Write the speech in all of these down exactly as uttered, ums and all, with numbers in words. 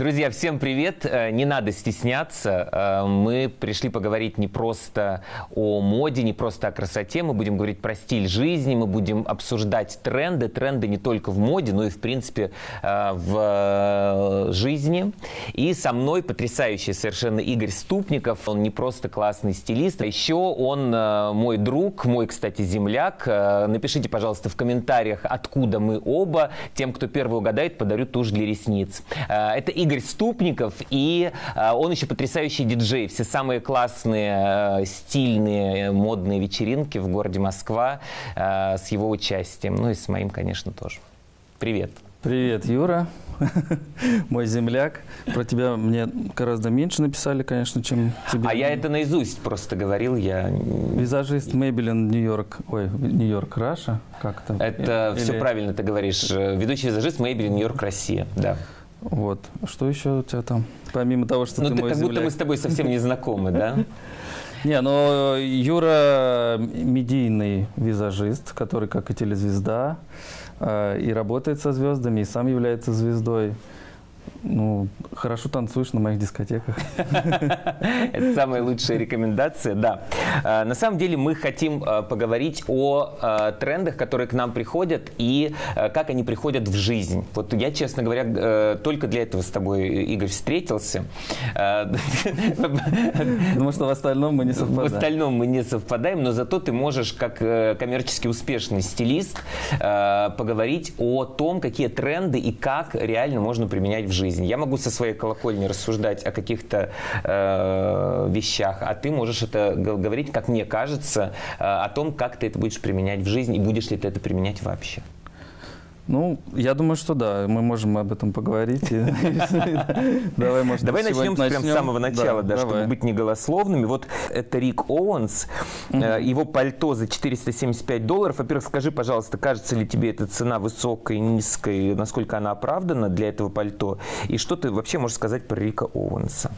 Друзья, всем привет! Не надо стесняться. Мы пришли поговорить не просто о моде, не просто о красоте. Мы будем говорить про стиль жизни, мы будем обсуждать тренды. Тренды не только в моде, но и, в принципе, в жизни. И со мной потрясающий совершенно Игорь Ступников. Он не просто классный стилист, а еще он мой друг, мой, кстати, земляк. Напишите, пожалуйста, в комментариях, откуда мы оба. Тем, кто первый угадает, подарю тушь для ресниц. Это Игорь Ступников, и он еще потрясающий диджей. Все самые классные, стильные, модные вечеринки в городе Москва с его участием. Ну и с моим, конечно, тоже. Привет. Привет, Юра. Мой земляк. Про тебя мне гораздо меньше написали, конечно, чем тебе. А я это наизусть просто говорил. Я... Визажист Maybelline Нью-Йорк. Ой, Нью-Йорк Раша. Как это? Это Или... все правильно ты говоришь. Ведущий визажист Maybelline Нью-Йорк Россия. Да. Вот. Что еще у тебя там? Помимо того, что ну, ты, ты мой как земляк. будто мы с тобой совсем не знакомы, да? Не, ну Юра медийный визажист, который как и телезвезда, и работает со звездами, и сам является звездой. Ну, хорошо танцуешь на моих дискотеках. Это самая лучшая рекомендация, да. На самом деле мы хотим поговорить о трендах, которые к нам приходят, и как они приходят в жизнь. Вот я, честно говоря, только для этого с тобой, Игорь, встретился. Потому что в остальном мы не совпадаем. В остальном мы не совпадаем, но зато ты можешь, как коммерчески успешный стилист, поговорить о том, какие тренды и как реально можно применять в жизни. Я могу со своей колокольни рассуждать о каких-то э, вещах, а ты можешь это говорить, как мне кажется, э, о том, как ты это будешь применять в жизни и будешь ли ты это применять вообще. Ну, я думаю, что да, мы можем об этом поговорить. Давай, может, Давай начнем прямо с самого начала, да, чтобы быть неголословными. Вот это Рик Оуэнс, его пальто за четыреста семьдесят пять долларов. Во-первых, скажи, пожалуйста, кажется ли тебе эта цена высокой, низкой, насколько она оправдана для этого пальто? И что ты вообще можешь сказать про Рика Оуэнса?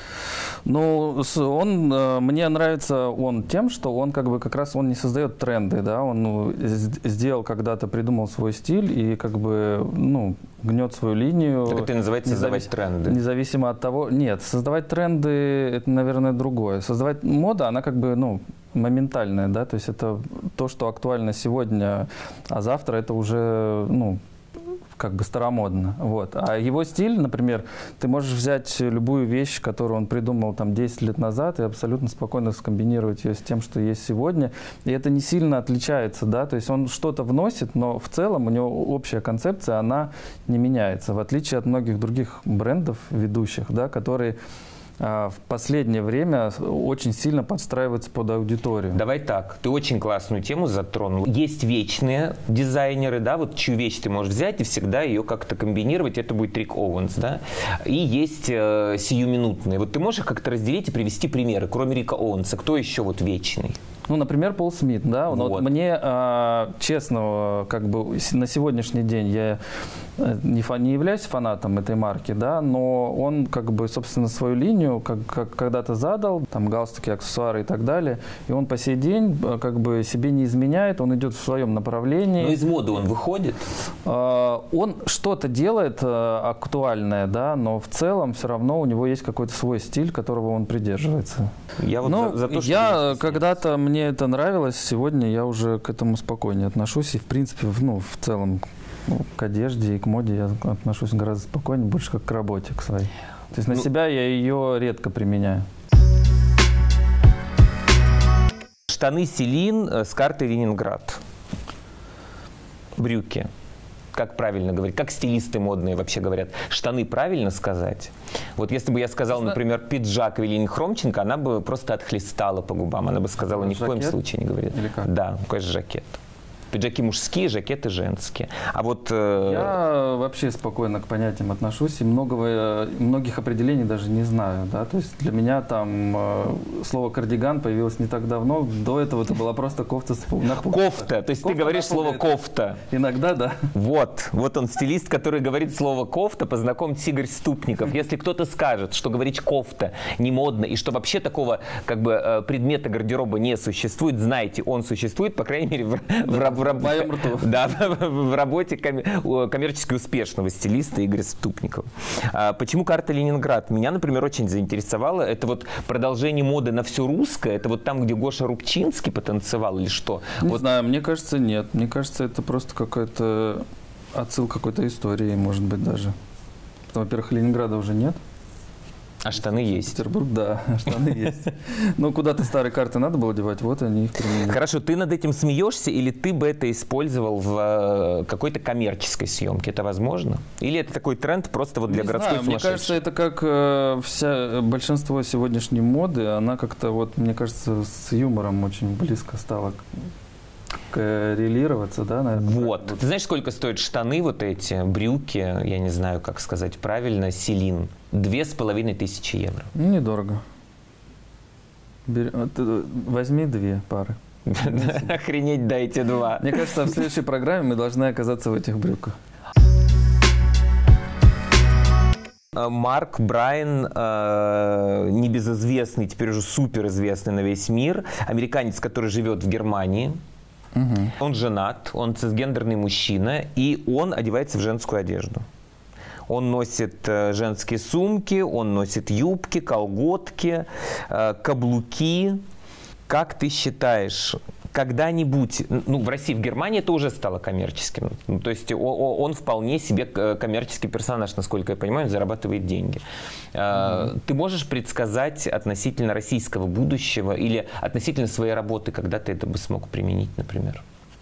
Ну, он, мне нравится он тем, что он как бы как раз он не создает тренды, да, он ну, сделал когда-то, придумал свой стиль и как бы, ну, гнет свою линию. Так это называется создавать независ... тренды. Независимо от того, нет, создавать тренды, это, наверное, другое. Создавать мода, она как бы, ну, моментальная, да, то есть это то, что актуально сегодня, а завтра это уже, ну, как бы старомодно. Вот. А его стиль, например, ты можешь взять любую вещь, которую он придумал там десять лет назад, и абсолютно спокойно скомбинировать ее с тем, что есть сегодня. И это не сильно отличается, да, то есть он что-то вносит, но в целом у него общая концепция, она не меняется, в отличие от многих других брендов ведущих, да, которые в последнее время очень сильно подстраиваются под аудиторию. Давай так, ты очень классную тему затронул. Есть вечные дизайнеры, да, вот чью вещь ты можешь взять и всегда ее как-то комбинировать, это будет Рик Оуэнс, да, и есть э, сиюминутные. Вот ты можешь их как-то разделить и привести примеры, кроме Рика Оуэнса, кто еще вот вечный? Ну, например, Пол Смит, да, вот. Вот мне, э, честно, как бы на сегодняшний день я не, фа не являюсь фанатом этой марки, да, но он как бы, собственно, свою линию как, как когда-то задал, там галстуки, аксессуары и так далее, и он по сей день как бы себе не изменяет, он идет в своем направлении. Но из моды он выходит? Э, он что-то делает э, актуальное, да, но в целом все равно у него есть какой-то свой стиль, которого он придерживается. Я вот ну, за, за то, что я когда-то мне Мне это нравилось, сегодня я уже к этому спокойнее отношусь, и в принципе, ну, в целом, ну, к одежде и к моде я отношусь гораздо спокойнее, больше как к работе, к своей. То есть на ну, себя я ее редко применяю. Штаны Селин с картой Ленинград. Брюки. Как правильно говорить? Как стилисты модные вообще говорят? Штаны правильно сказать? Вот если бы я сказал, например, пиджак Елене Хромченко, она бы просто отхлестала по губам. Она бы сказала, ни в коем случае не говорит. Или как? Да, конечно, жакет. Пиджаки мужские, жакеты женские. А вот, э... Я вообще спокойно к понятиям отношусь и многого, многих определений даже не знаю. Да? То есть для меня там э, слово кардиган появилось не так давно. До этого это была просто кофта с напугой. Кофта. То есть кофта, ты говоришь слово кофта. Иногда, да. Вот. Вот он стилист, который говорит слово кофта. Познакомьтесь, Игорь Ступников. Если кто-то скажет, что говорить кофта не модно и что вообще такого как бы предмета гардероба не существует, знайте, он существует, по крайней мере, в, в, в раб... моем рту. Да, в работе коммерчески успешного стилиста Игоря Ступникова. Почему карта Ленинград? Меня, например, очень заинтересовало. Это вот продолжение моды на все русское. Это вот там, где Гоша Рубчинский потанцевал или что? Не вот. знаю, мне кажется, нет. Мне кажется, это просто какой-то отсыл какой-то истории, может быть, даже. Во-первых, Ленинграда уже нет. А штаны есть. Петербург, да, штаны есть. Ну, куда-то старые карты надо было девать, вот они их применили. Хорошо, ты над этим смеешься, или ты бы это использовал в какой-то коммерческой съемке? Это возможно? Или это такой тренд просто вот для Не городской знаю, мне кажется, это как э, вся, большинство сегодняшней моды, она как-то вот, мне кажется, с юмором очень близко стала коррелироваться, да, наверное. Вот. Ты знаешь, сколько стоят штаны вот эти, брюки, я не знаю, как сказать правильно, Селин? Две с половиной тысячи евро. Недорого. Бери, возьми две пары. Охренеть, дайте два. Мне кажется, в следующей программе мы должны оказаться в этих брюках. Марк Брайан, э, небезызвестный, теперь уже суперизвестный на весь мир, американец, который живет в Германии. Угу. Он женат, он цисгендерный мужчина, и он одевается в женскую одежду. Он носит э, женские сумки, он носит юбки, колготки, э, каблуки. Как ты считаешь, когда-нибудь, ну, в России, в Германии это уже стало коммерческим. Ну, то есть он, он вполне себе коммерческий персонаж, насколько я понимаю, он зарабатывает деньги. Mm-hmm. Ты можешь предсказать относительно российского будущего или относительно своей работы, когда ты это бы смог применить, например?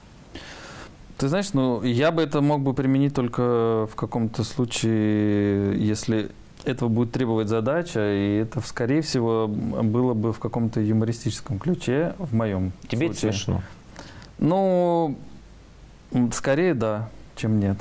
Ты знаешь, ну, я бы это мог бы применить только в каком-то случае, если этого будет требовать задача, и это, скорее всего, было бы в каком-то юмористическом ключе, в моем Тебе случае. это смешно? Ну, скорее да, чем нет.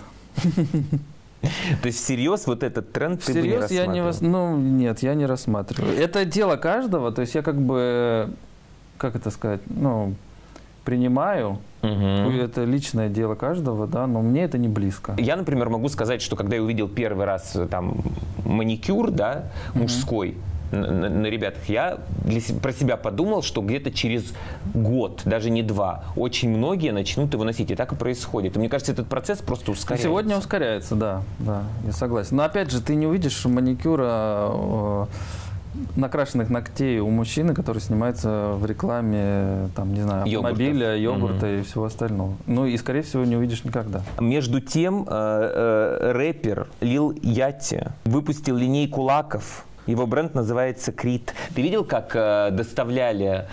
То есть всерьез вот этот тренд ты всерьез бы не рассматривал? я не рас... Ну, нет, я не рассматриваю. Это дело каждого, то есть я как бы, как это сказать, ну, принимаю. Угу. Это личное дело каждого, да, но мне это не близко. Я, например, могу сказать, что когда я увидел первый раз там маникюр, да, мужской, угу. на, на ребятах, я для, про себя подумал, что где-то через год, даже не два, очень многие начнут его носить. И так и происходит. И мне кажется, этот процесс просто ускоряется. Сегодня ускоряется, да, да, я согласен. Но опять же, ты не увидишь маникюра э, накрашенных ногтей у мужчины, который снимается в рекламе, там, не знаю, автомобиля, йогурта mm-hmm. и всего остального. Ну и, скорее всего, не увидишь никогда. Между тем, э, э, рэпер Лил Ятти выпустил линейку лаков. Его бренд называется Крит. Ты видел, как э, доставляли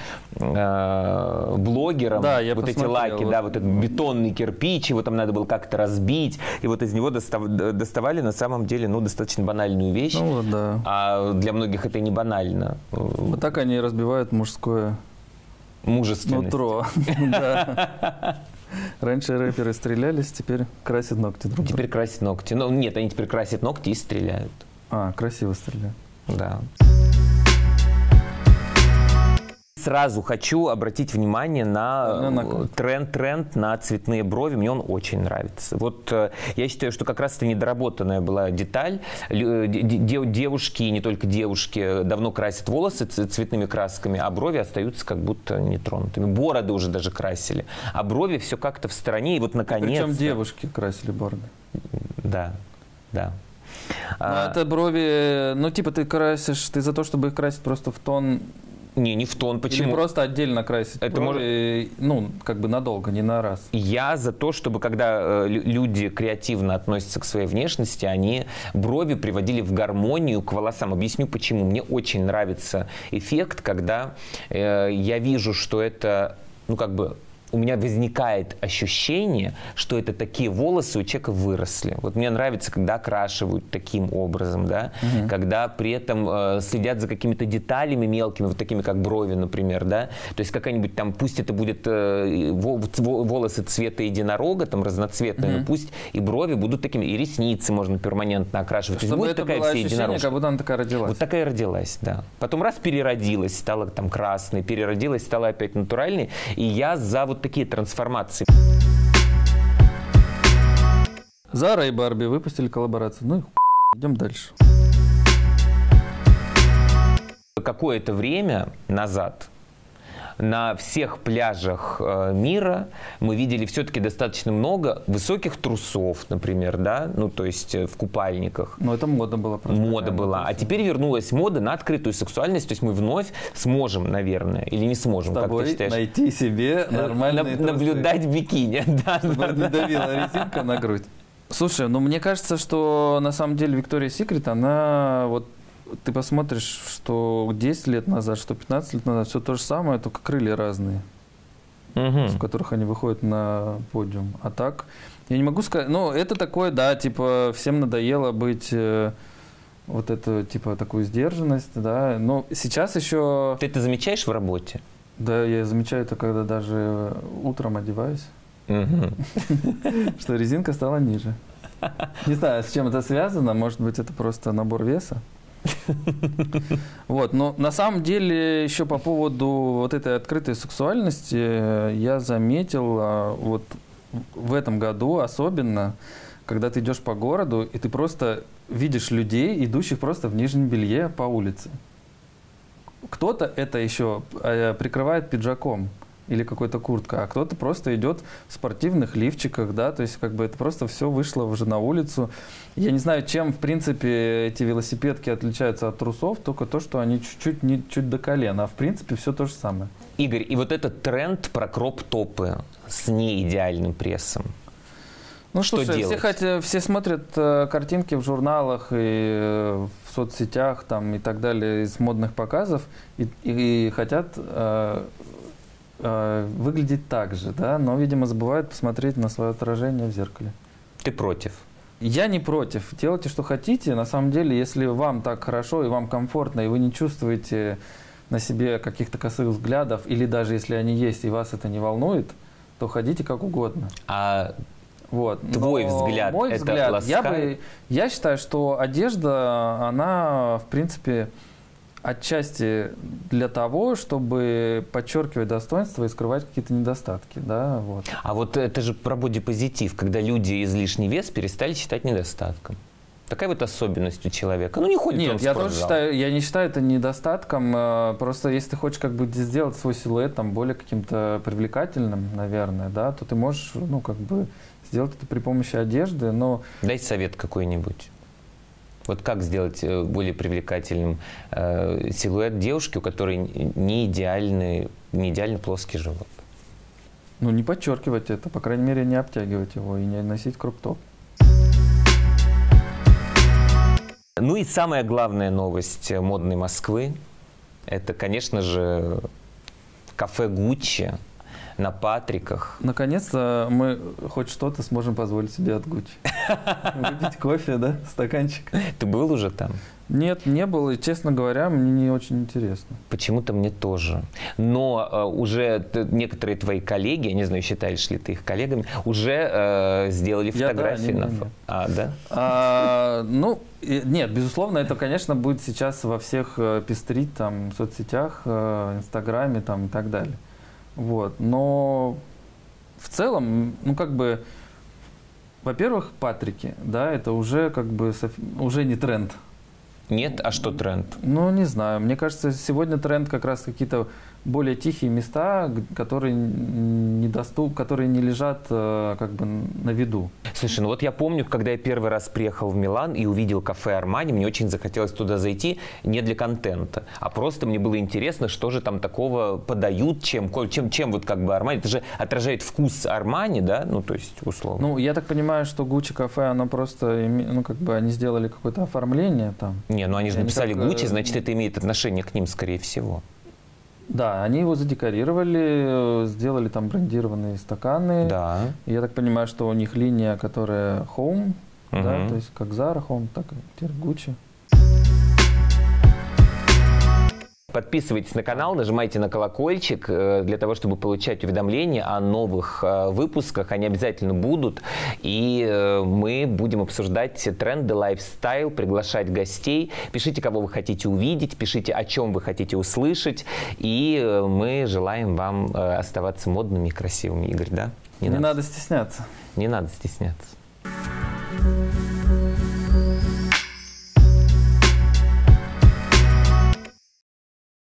э, блогерам да, я вот эти посмотрел. лаки, да, вот этот бетонный кирпич, его там надо было как-то разбить, и вот из него достав, доставали на самом деле, ну, достаточно банальную вещь. Ну, вот, да. А для многих это не банально. Вот так они разбивают мужское мужественность. Нутро. Раньше рэперы стрелялись, теперь красят ногти друг друга. Теперь красят ногти. Ну, нет, они теперь красят ногти и стреляют. А, красиво стреляют. Да. Сразу хочу обратить внимание на тренд, тренд на цветные брови. Мне он очень нравится. Вот я считаю, что как раз это недоработанная была деталь. Девушки, и не только девушки, давно красят волосы цветными красками, а брови остаются как будто нетронутыми. Бороды уже даже красили. А брови все как-то в стороне. И вот наконец-то... Причем девушки красили бороды. Да, да. Ну, а, это брови, ну, типа, ты красишь, ты за то, чтобы их красить просто в тон... Не, не в тон. Почему? Или просто отдельно красить это брови, может... ну, как бы надолго, не на раз. Я за то, чтобы, когда э, люди креативно относятся к своей внешности, они брови приводили в гармонию к волосам. Объясню почему. Мне очень нравится эффект, когда э, я вижу, что это, ну, как бы... у меня возникает ощущение, что это такие волосы у человека выросли. Вот мне нравится, когда окрашивают таким образом, да, угу. когда при этом э, следят за какими-то деталями мелкими, вот такими как брови, например, да, то есть какая-нибудь там, пусть это будет э, волосы цвета единорога, там разноцветные, угу. но пусть и брови будут такими, и ресницы можно перманентно окрашивать. Чтобы будет это такая было ощущение, как будто она такая родилась. Вот такая родилась, да. Потом раз переродилась, стала там красной, переродилась, стала опять натуральной, и я за вот такие трансформации. Зара и Барби выпустили коллаборацию. Ну и хуй, идем дальше. Какое-то время назад на всех пляжах э, мира мы видели все-таки достаточно много высоких трусов, например, да, ну то есть э, в купальниках. Ну это мода была просто. Мода была. А теперь вернулась мода на открытую сексуальность, то есть мы вновь сможем, наверное, или не сможем, с как ты считаешь? Найти себе нормальные на, наблюдать в бикини, да, чтобы да, не давила резинка на грудь. Слушай, ну мне кажется, что на самом деле Victoria's Secret, она вот ты посмотришь, что десять лет назад, что пятнадцать лет назад, все то же самое, только крылья разные, угу. в которых они выходят на подиум. А так, я не могу сказать, ну это такое, да, типа всем надоело быть э, вот это, типа такую сдержанность, да, но сейчас еще... Ты это замечаешь в работе? Да, я замечаю это, когда даже утром одеваюсь, что резинка стала ниже. Не знаю, с чем это связано, может быть, это просто набор веса. Вот, но на самом деле еще по поводу вот этой открытой сексуальности я заметил вот в этом году особенно, когда ты идешь по городу и ты просто видишь людей, идущих просто в нижнем белье по улице. Кто-то это еще прикрывает пиджаком или какой-то курткой, а кто-то просто идет в спортивных лифчиках, да, то есть как бы это просто все вышло уже на улицу. Я не знаю, чем в принципе эти велосипедки отличаются от трусов, только то, что они чуть-чуть не чуть до колена, а в принципе все то же самое. Игорь, и вот этот тренд про кроп-топы с неидеальным прессом. Ну что слушай, делать? Все, хотя, все смотрят э, картинки в журналах и э, в соцсетях там, и так далее из модных показов и, и, и хотят э, э, выглядеть так же, да, но, видимо, забывают посмотреть на свое отражение в зеркале. Ты против? Я не против. Делайте, что хотите. На самом деле, если вам так хорошо и вам комфортно, и вы не чувствуете на себе каких-то косых взглядов, или даже если они есть, и вас это не волнует, то ходите как угодно. А вот. твой Но взгляд, мой это взгляд, ласкает? я, бы, я считаю, что одежда, она, в принципе, отчасти для того, чтобы подчеркивать достоинства и скрывать какие-то недостатки. Да? Вот. А вот это же про бодипозитив, когда люди излишний вес перестали считать недостатком. Такая вот особенность у человека. Ну, не ходит Нет, он в я спортзал. тоже считаю, я не считаю это недостатком. Просто если ты хочешь как бы сделать свой силуэт там более каким-то привлекательным, наверное, да, то ты можешь, ну, как бы сделать это при помощи одежды, но... Дайте совет какой-нибудь. Вот как сделать более привлекательным э, силуэт девушки, у которой не идеальный, не идеально плоский живот? Ну, не подчеркивать это, по крайней мере, не обтягивать его и не носить кроп-топ. Ну и самая главная новость модной Москвы – это, конечно же, кафе Гуччи на Патриках. Наконец-то мы хоть что-то сможем позволить себе от Гуччи. Выпить кофе, да, стаканчик. Ты был уже там? Нет, не был, и, честно говоря, мне не очень интересно. Почему-то мне тоже. Но э, уже некоторые твои коллеги, я не знаю, считаешь ли ты их коллегами, уже э, сделали фотографии. Я, да, на фо... А, да? А, ну, и, нет, безусловно, это, конечно, будет сейчас во всех э, пестрить, там, в соцсетях, э, Инстаграме, там, и так далее. Вот. Но в целом, ну, как бы, во-первых, Патрики, да, это уже, как бы, уже не тренд. Нет? А что тренд? Ну, не знаю. Мне кажется, сегодня тренд как раз какие-то более тихие места, которые, недоступ, которые не лежат как бы на виду. Слушай, ну вот я помню, когда я первый раз приехал в Милан и увидел кафе Армани, мне очень захотелось туда зайти не для контента, а просто мне было интересно, что же там такого подают, чем, чем, чем вот как бы Армани. Это же отражает вкус Армани, да? Ну, то есть, условно. Ну, я так понимаю, что Гуччи кафе, оно просто, ну, как бы они сделали какое-то оформление там. Не, ну они же написали как... Гуччи, значит, это имеет отношение к ним, скорее всего. Да, они его задекорировали, сделали там брендированные стаканы. Да. И я так понимаю, что у них линия, которая Home, угу. да, то есть как Zara Home, так и теперь Gucci. Подписывайтесь на канал, нажимайте на колокольчик для того, чтобы получать уведомления о новых выпусках. Они обязательно будут. И мы будем обсуждать тренды, лайфстайл, приглашать гостей. Пишите, кого вы хотите увидеть, пишите, о чем вы хотите услышать. И мы желаем вам оставаться модными и красивыми, Игорь, да? Не, Не надо. надо стесняться. Не надо стесняться.